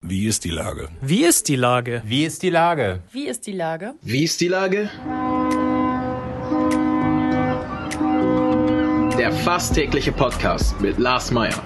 Wie ist die Lage? Wie ist die Lage? Wie ist die Lage? Wie ist die Lage? Wie ist die Lage? Der fast tägliche Podcast mit Lars Meyer.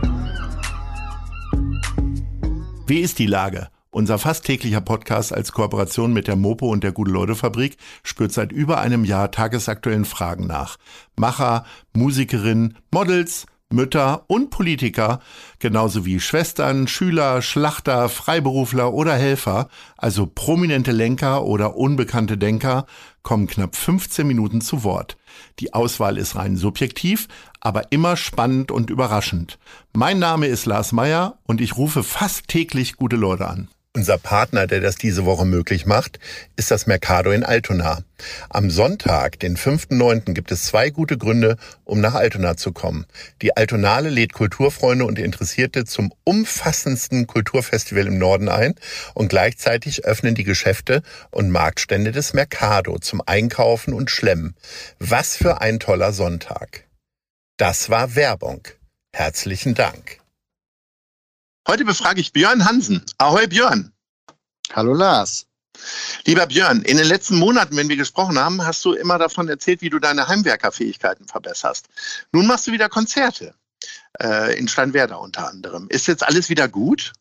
Wie ist die Lage? Unser fast täglicher Podcast als Kooperation mit der Mopo und der Gute-Leute-Fabrik spürt seit über einem Jahr tagesaktuellen Fragen nach. Macher, Musikerinnen, Models, Mütter und Politiker, genauso wie Schwestern, Schüler, Schlachter, Freiberufler oder Helfer, also prominente Lenker oder unbekannte Denker, kommen knapp 15 Minuten zu Wort. Die Auswahl ist rein subjektiv, aber immer spannend und überraschend. Mein Name ist Lars Meyer und ich rufe fast täglich gute Leute an. Unser Partner, der das diese Woche möglich macht, ist das Mercado in Altona. Am Sonntag, den 5.9., gibt es 2 gute Gründe, um nach Altona zu kommen. Die Altonale lädt Kulturfreunde und Interessierte zum umfassendsten Kulturfestival im Norden ein und gleichzeitig öffnen die Geschäfte und Marktstände des Mercado zum Einkaufen und Schlemmen. Was für ein toller Sonntag. Das war Werbung. Herzlichen Dank. Heute befrage ich Björn Hansen. Ahoi Björn. Hallo Lars. Lieber Björn, in den letzten Monaten, wenn wir gesprochen haben, hast du immer davon erzählt, wie du deine Heimwerkerfähigkeiten verbesserst. Nun machst du wieder Konzerte, in Steinwerder unter anderem. Ist jetzt alles wieder gut?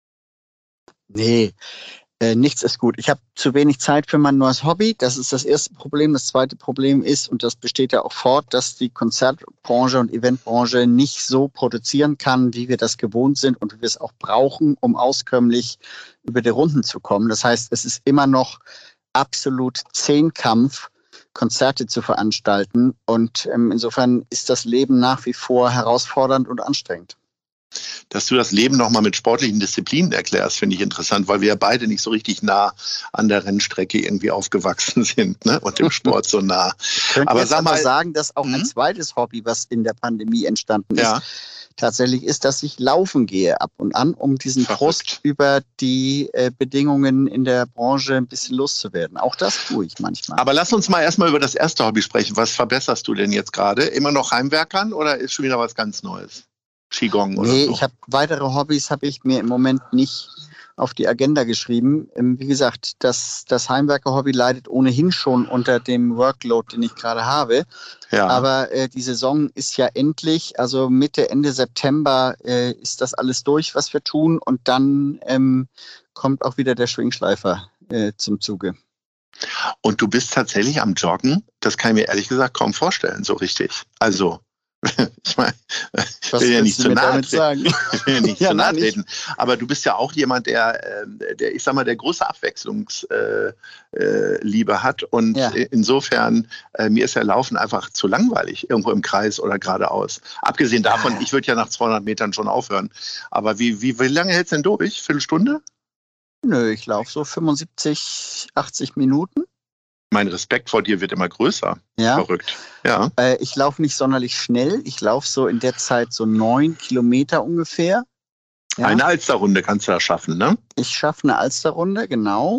Nee, nichts ist gut. Ich habe zu wenig Zeit für mein neues Hobby. Das ist das erste Problem. Das zweite Problem ist, und das besteht ja auch fort, dass die Konzertbranche und Eventbranche nicht so produzieren kann, wie wir das gewohnt sind und wie wir es auch brauchen, um auskömmlich über die Runden zu kommen. Das heißt, es ist immer noch absolut Zehnkampf, Konzerte zu veranstalten. Und insofern ist das Leben nach wie vor herausfordernd und anstrengend. Dass du das Leben nochmal mit sportlichen Disziplinen erklärst, finde ich interessant, weil wir ja beide nicht so richtig nah an der Rennstrecke irgendwie aufgewachsen sind, ne? Und dem Sport so nah. Aber sag mal, sagen, dass auch ein zweites Hobby, was in der Pandemie entstanden ist, tatsächlich ist, dass ich laufen gehe ab und an, um diesen Frust über die Bedingungen in der Branche ein bisschen loszuwerden. Auch das tue ich manchmal. Aber lass uns mal erstmal über das erste Hobby sprechen. Was verbesserst du denn jetzt gerade? Immer noch Heimwerkern oder ist schon wieder was ganz Neues? Qigong oder so? Nee, weitere Hobbys habe ich mir im Moment nicht auf die Agenda geschrieben. Wie gesagt, das Heimwerker-Hobby leidet ohnehin schon unter dem Workload, den ich gerade habe. Ja. Aber die Saison ist ja endlich, also Mitte, Ende September ist das alles durch, was wir tun. Und dann kommt auch wieder der Schwingschleifer zum Zuge. Und du bist tatsächlich am Joggen? Das kann ich mir ehrlich gesagt kaum vorstellen, so richtig. Also ich meine, ich will ja nicht zu nahe treten. Aber du bist ja auch jemand, der ich sag mal, der große Abwechslungsliebe hat. Und insofern, mir ist ja Laufen einfach zu langweilig, irgendwo im Kreis oder geradeaus. Abgesehen davon, ich würde ja nach 200 Metern schon aufhören. Aber wie lange hältst du denn durch? Viertelstunde? Nö, ich laufe so 75, 80 Minuten. Mein Respekt vor dir wird immer größer. Ja. Verrückt. Ja. Ich laufe nicht sonderlich schnell. Ich laufe so in der Zeit so 9 Kilometer ungefähr. Ja. Eine Alsterrunde kannst du da schaffen, ne? Ich schaffe eine Alsterrunde, genau.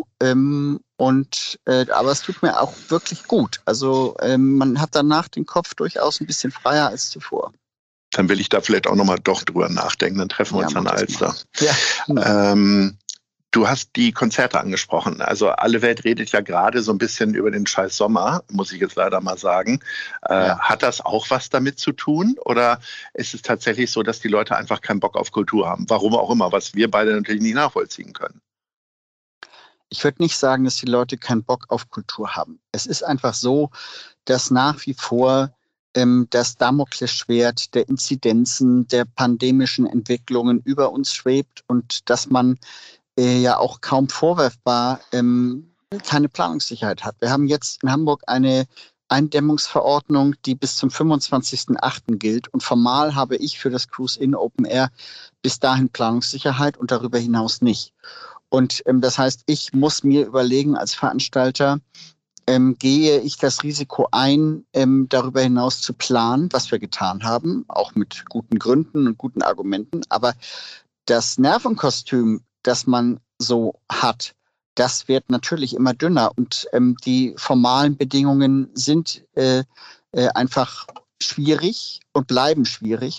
Aber es tut mir auch wirklich gut. Also man hat danach den Kopf durchaus ein bisschen freier als zuvor. Dann will ich da vielleicht auch nochmal doch drüber nachdenken. Dann treffen wir uns an der Alster. Ja. Genau. Du hast die Konzerte angesprochen. Also alle Welt redet ja gerade so ein bisschen über den scheiß Sommer, muss ich jetzt leider mal sagen. Hat das auch was damit zu tun? Oder ist es tatsächlich so, dass die Leute einfach keinen Bock auf Kultur haben? Warum auch immer, was wir beide natürlich nicht nachvollziehen können. Ich würde nicht sagen, dass die Leute keinen Bock auf Kultur haben. Es ist einfach so, dass nach wie vor das Damoklesschwert der Inzidenzen, der pandemischen Entwicklungen über uns schwebt und dass man ja auch kaum vorwerfbar keine Planungssicherheit hat. Wir haben jetzt in Hamburg eine Eindämmungsverordnung, die bis zum 25.08. gilt. Und formal habe ich für das Cruise in Open Air bis dahin Planungssicherheit und darüber hinaus nicht. Und das heißt, ich muss mir überlegen als Veranstalter, gehe ich das Risiko ein, darüber hinaus zu planen, was wir getan haben, auch mit guten Gründen und guten Argumenten. Aber das Nervenkostüm, das man so hat, das wird natürlich immer dünner und die formalen Bedingungen sind einfach schwierig und bleiben schwierig.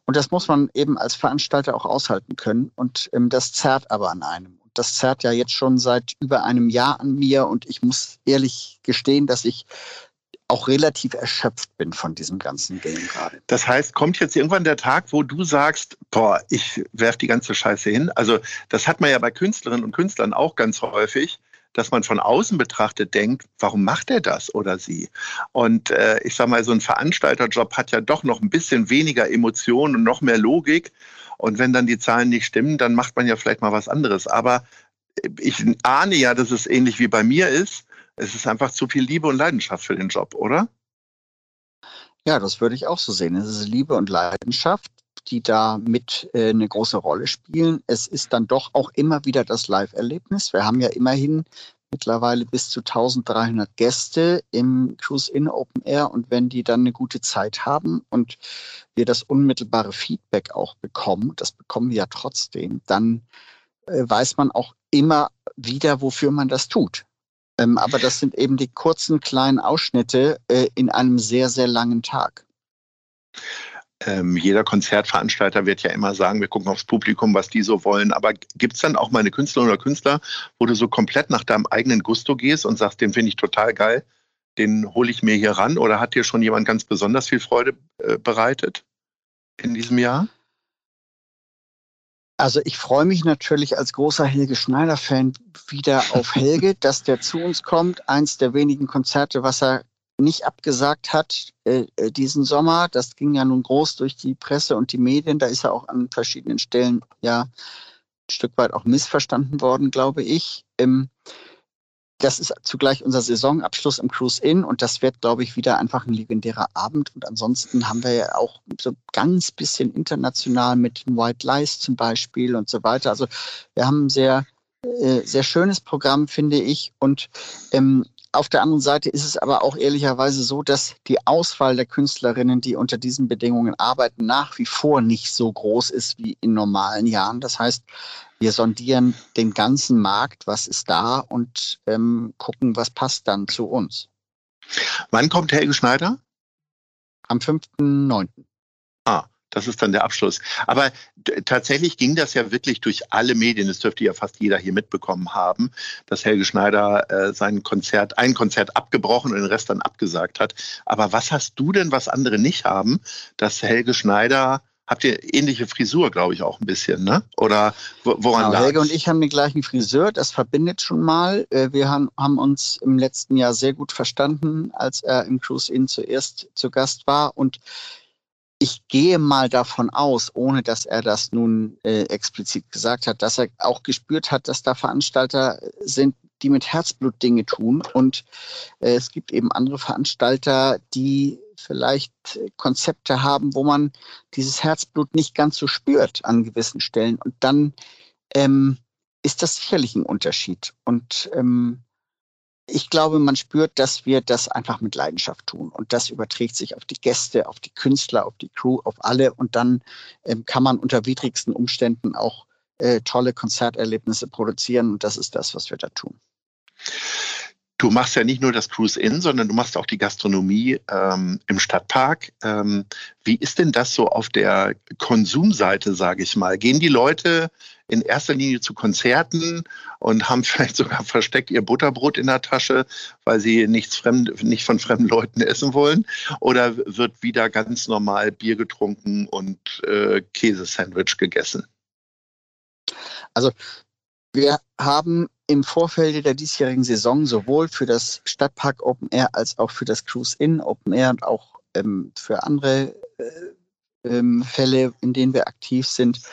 Und das muss man eben als Veranstalter auch aushalten können. Und das zerrt aber an einem. Und das zerrt ja jetzt schon seit über einem Jahr an mir. Und ich muss ehrlich gestehen, dass ich auch relativ erschöpft bin von diesem ganzen Game gerade. Das heißt, kommt jetzt irgendwann der Tag, wo du sagst, boah, ich werf die ganze Scheiße hin? Also das hat man ja bei Künstlerinnen und Künstlern auch ganz häufig, dass man von außen betrachtet denkt, warum macht er das oder sie? Und ich sag mal, so ein Veranstalterjob hat ja doch noch ein bisschen weniger Emotionen und noch mehr Logik. Und wenn dann die Zahlen nicht stimmen, dann macht man ja vielleicht mal was anderes. Aber ich ahne ja, dass es ähnlich wie bei mir ist. Es ist einfach zu viel Liebe und Leidenschaft für den Job, oder? Ja, das würde ich auch so sehen. Es ist Liebe und Leidenschaft, die da mit eine große Rolle spielen. Es ist dann doch auch immer wieder das Live-Erlebnis. Wir haben ja immerhin mittlerweile bis zu 1300 Gäste im Cruise-In Open Air. Und wenn die dann eine gute Zeit haben und wir das unmittelbare Feedback auch bekommen, das bekommen wir ja trotzdem, dann weiß man auch immer wieder, wofür man das tut. Aber das sind eben die kurzen, kleinen Ausschnitte in einem sehr, sehr langen Tag. Jeder Konzertveranstalter wird ja immer sagen, wir gucken aufs Publikum, was die so wollen. Aber gibt es dann auch mal eine Künstlerin oder Künstler, wo du so komplett nach deinem eigenen Gusto gehst und sagst, den finde ich total geil, den hole ich mir hier ran? Oder hat dir schon jemand ganz besonders viel Freude bereitet in diesem Jahr? Also ich freue mich natürlich als großer Helge Schneider-Fan wieder auf Helge, dass der zu uns kommt. Eins der wenigen Konzerte, was er nicht abgesagt hat diesen Sommer. Das ging ja nun groß durch die Presse und die Medien. Da ist er auch an verschiedenen Stellen ja ein Stück weit auch missverstanden worden, glaube ich. Das ist zugleich unser Saisonabschluss im Cruise-In und das wird, glaube ich, wieder einfach ein legendärer Abend. Und ansonsten haben wir ja auch so ganz bisschen international mit den White Lies zum Beispiel und so weiter. Also wir haben ein sehr, sehr schönes Programm, finde ich. Und auf der anderen Seite ist es aber auch ehrlicherweise so, dass die Auswahl der Künstlerinnen, die unter diesen Bedingungen arbeiten, nach wie vor nicht so groß ist wie in normalen Jahren. Das heißt, wir sondieren den ganzen Markt, was ist da und gucken, was passt dann zu uns. Wann kommt Helge Schneider? Am 5.9. Das ist dann der Abschluss. Aber tatsächlich ging das ja wirklich durch alle Medien. Das dürfte ja fast jeder hier mitbekommen haben, dass Helge Schneider ein Konzert abgebrochen und den Rest dann abgesagt hat. Aber was hast du denn, was andere nicht haben, dass Helge Schneider, habt ihr ähnliche Frisur, glaube ich, auch ein bisschen, ne? Oder woran lag's? Helge und ich haben den gleichen Friseur, das verbindet schon mal. Wir haben uns im letzten Jahr sehr gut verstanden, als er im Cruise-In zuerst zu Gast war. Und ich gehe mal davon aus, ohne dass er das nun explizit gesagt hat, dass er auch gespürt hat, dass da Veranstalter sind, die mit Herzblut Dinge tun. Und es gibt eben andere Veranstalter, die vielleicht Konzepte haben, wo man dieses Herzblut nicht ganz so spürt an gewissen Stellen. Und dann ist das sicherlich ein Unterschied. Und ich glaube, man spürt, dass wir das einfach mit Leidenschaft tun. Und das überträgt sich auf die Gäste, auf die Künstler, auf die Crew, auf alle. Und dann kann man unter widrigsten Umständen auch tolle Konzerterlebnisse produzieren. Und das ist das, was wir da tun. Du machst ja nicht nur das Cruise-In, sondern du machst auch die Gastronomie im Stadtpark. Wie ist denn das so auf der Konsumseite, sage ich mal? Gehen die Leute in erster Linie zu Konzerten und haben vielleicht sogar versteckt ihr Butterbrot in der Tasche, weil sie nicht von fremden Leuten essen wollen? Oder wird wieder ganz normal Bier getrunken und Käsesandwich gegessen? Also wir haben im Vorfeld der diesjährigen Saison sowohl für das Stadtpark Open Air als auch für das Cruise-In Open Air und auch für andere Fälle, in denen wir aktiv sind,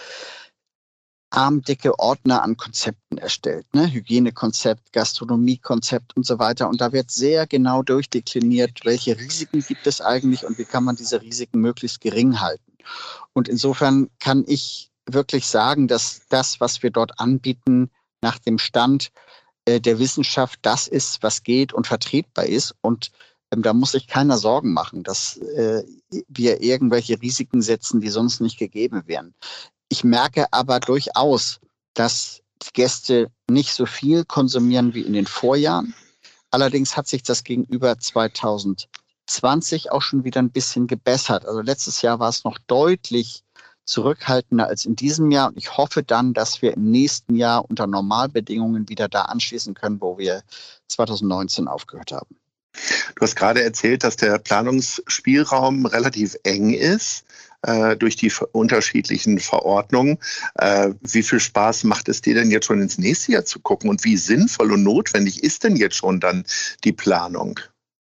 armdicke Ordner an Konzepten erstellt. Ne? Hygienekonzept, Gastronomiekonzept und so weiter. Und da wird sehr genau durchdekliniert, welche Risiken gibt es eigentlich und wie kann man diese Risiken möglichst gering halten. Und insofern kann ich wirklich sagen, dass das, was wir dort anbieten, nach dem Stand der Wissenschaft das ist, was geht und vertretbar ist. Und da muss sich keiner Sorgen machen, dass wir irgendwelche Risiken setzen, die sonst nicht gegeben wären. Ich merke aber durchaus, dass die Gäste nicht so viel konsumieren wie in den Vorjahren. Allerdings hat sich das gegenüber 2020 auch schon wieder ein bisschen gebessert. Also letztes Jahr war es noch deutlich zurückhaltender als in diesem Jahr. Und ich hoffe dann, dass wir im nächsten Jahr unter Normalbedingungen wieder da anschließen können, wo wir 2019 aufgehört haben. Du hast gerade erzählt, dass der Planungsspielraum relativ eng ist durch die unterschiedlichen Verordnungen. Wie viel Spaß macht es dir denn jetzt schon ins nächste Jahr zu gucken und wie sinnvoll und notwendig ist denn jetzt schon dann die Planung?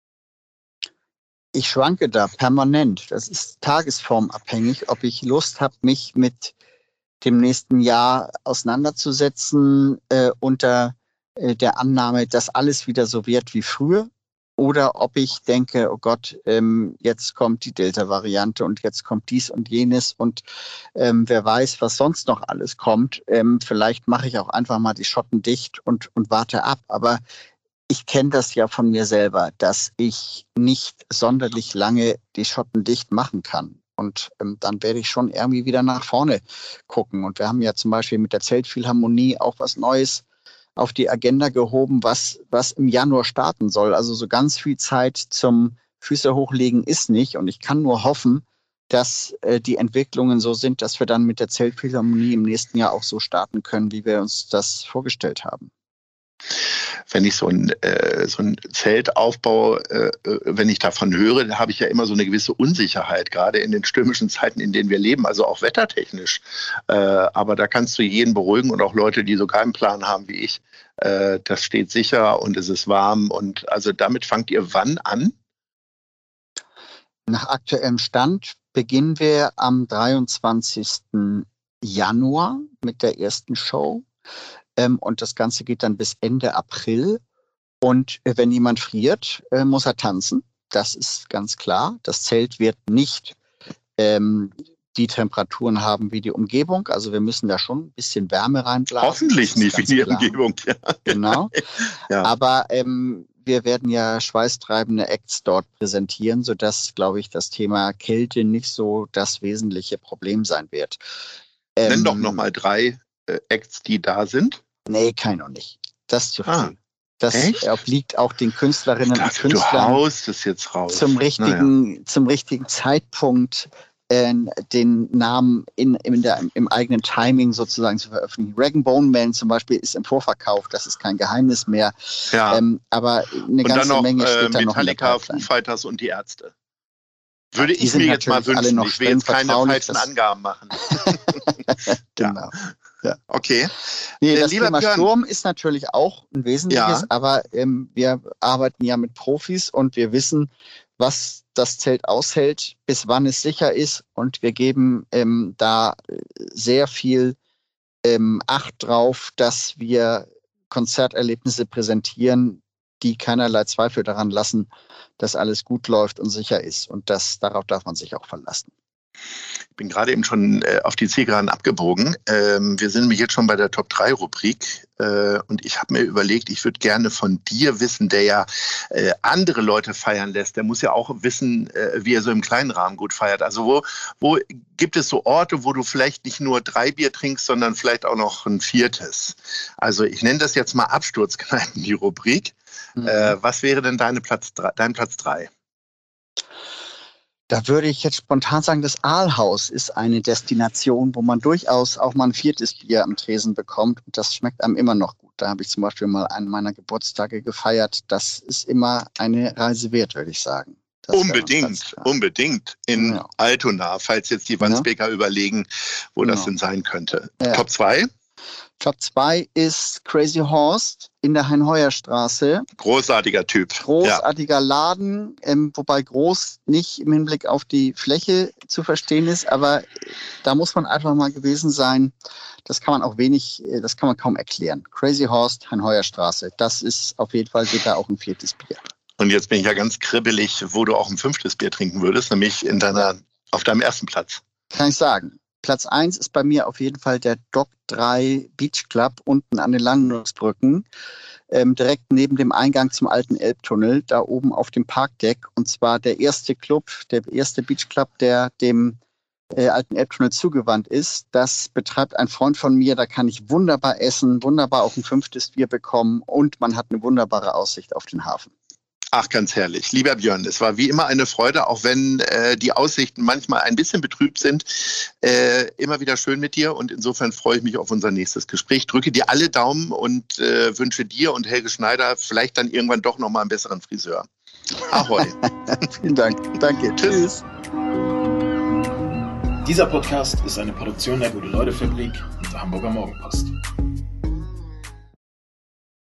Ich schwanke da permanent. Das ist tagesformabhängig, ob ich Lust habe, mich mit dem nächsten Jahr auseinanderzusetzen unter der Annahme, dass alles wieder so wird wie früher. Oder ob ich denke, oh Gott, jetzt kommt die Delta-Variante und jetzt kommt dies und jenes und wer weiß, was sonst noch alles kommt. Vielleicht mache ich auch einfach mal die Schotten dicht und warte ab. Aber ich kenne das ja von mir selber, dass ich nicht sonderlich lange die Schotten dicht machen kann. Und dann werde ich schon irgendwie wieder nach vorne gucken. Und wir haben ja zum Beispiel mit der Zeltphilharmonie auch was Neues auf die Agenda gehoben, was im Januar starten soll. Also so ganz viel Zeit zum Füße hochlegen ist nicht. Und ich kann nur hoffen, dass die Entwicklungen so sind, dass wir dann mit der Zeltphilharmonie im nächsten Jahr auch so starten können, wie wir uns das vorgestellt haben. Wenn ich so ein Zeltaufbau, wenn ich davon höre, da habe ich ja immer so eine gewisse Unsicherheit, gerade in den stürmischen Zeiten, in denen wir leben, also auch wettertechnisch. Aber da kannst du jeden beruhigen und auch Leute, die so keinen Plan haben wie ich. Das steht sicher und es ist warm. Und also damit fangt ihr wann an? Nach aktuellem Stand beginnen wir am 23. Januar mit der ersten Show. Und das Ganze geht dann bis Ende April. Und wenn jemand friert, muss er tanzen. Das ist ganz klar. Das Zelt wird nicht die Temperaturen haben wie die Umgebung. Also wir müssen da schon ein bisschen Wärme reinblasen. Hoffentlich nicht wie die Umgebung. Ja. Genau. Ja. Aber wir werden ja schweißtreibende Acts dort präsentieren, sodass, glaube ich, das Thema Kälte nicht so das wesentliche Problem sein wird. Nenn doch nochmal 3 Acts, die da sind? Nee, kann ich noch nicht. Das ist zu viel. Das echt? Obliegt auch den Künstlerinnen und Künstlern. Du haust es jetzt raus. Zum richtigen Zeitpunkt den Namen im eigenen Timing sozusagen zu veröffentlichen. Rag & Bone Man zum Beispiel ist im Vorverkauf, das ist kein Geheimnis mehr. Ja. Aber eine ganze Menge steht da noch in der Metallica, Pipeline. Foo Fighters und die Ärzte. Würde Die ich mir sind jetzt mal natürlich alle wünschen. noch Ich will jetzt keine vertraulich, falschen Angaben machen. Genau. Ja. Okay. Nee, das Lieber Thema Björn, Sturm ist natürlich auch ein wesentliches, Ja. aber wir arbeiten ja mit Profis und wir wissen, was das Zelt aushält, bis wann es sicher ist, und wir geben da sehr viel Acht drauf, dass wir Konzerterlebnisse präsentieren, die keinerlei Zweifel daran lassen, dass alles gut läuft und sicher ist, und darauf darf man sich auch verlassen. Ich bin gerade eben schon auf die Zielgeraden abgebogen. Wir sind nämlich jetzt schon bei der Top-3-Rubrik und ich habe mir überlegt, ich würde gerne von dir wissen, der ja andere Leute feiern lässt. Der muss ja auch wissen, wie er so im kleinen Rahmen gut feiert. Also wo gibt es so Orte, wo du vielleicht nicht nur 3 Bier trinkst, sondern vielleicht auch noch ein 4. Also ich nenne das jetzt mal Absturzkneipen, die Rubrik. Was wäre denn dein Platz 3? Da würde ich jetzt spontan sagen, das Aalhaus ist eine Destination, wo man durchaus auch mal ein 4. Bier am Tresen bekommt. Und das schmeckt einem immer noch gut. Da habe ich zum Beispiel mal einen meiner Geburtstage gefeiert. Das ist immer eine Reise wert, würde ich sagen. Unbedingt in Altona, falls jetzt die Wandsbeker überlegen, wo das denn sein könnte. Ja. Top 2? Top 2 ist Crazy Horse in der Hein-Heuer-Straße. Großartiger Typ. Großartiger Laden, wobei groß nicht im Hinblick auf die Fläche zu verstehen ist, aber da muss man einfach mal gewesen sein. Das kann man kaum erklären. Crazy Horse, Hein-Heuer-Straße. Das ist auf jeden Fall wieder auch ein 4. Bier. Und jetzt bin ich ja ganz kribbelig, wo du auch ein 5. Bier trinken würdest, nämlich auf deinem ersten Platz. Kann ich sagen. Platz 1 ist bei mir auf jeden Fall der Dock 3 Beach Club unten an den Landungsbrücken, direkt neben dem Eingang zum alten Elbtunnel, da oben auf dem Parkdeck. Und zwar der erste Beach Club, der dem alten Elbtunnel zugewandt ist. Das betreibt ein Freund von mir, da kann ich wunderbar essen, wunderbar auch ein 5. Bier bekommen und man hat eine wunderbare Aussicht auf den Hafen. Ach, ganz herrlich. Lieber Björn, es war wie immer eine Freude, auch wenn die Aussichten manchmal ein bisschen betrübt sind. Immer wieder schön mit dir und insofern freue ich mich auf unser nächstes Gespräch. Drücke dir alle Daumen und wünsche dir und Helge Schneider vielleicht dann irgendwann doch nochmal einen besseren Friseur. Ahoi. Vielen Dank. Danke. Tschüss. Dieser Podcast ist eine Produktion der Gute-Leute-Fabrik und der Hamburger Morgenpost.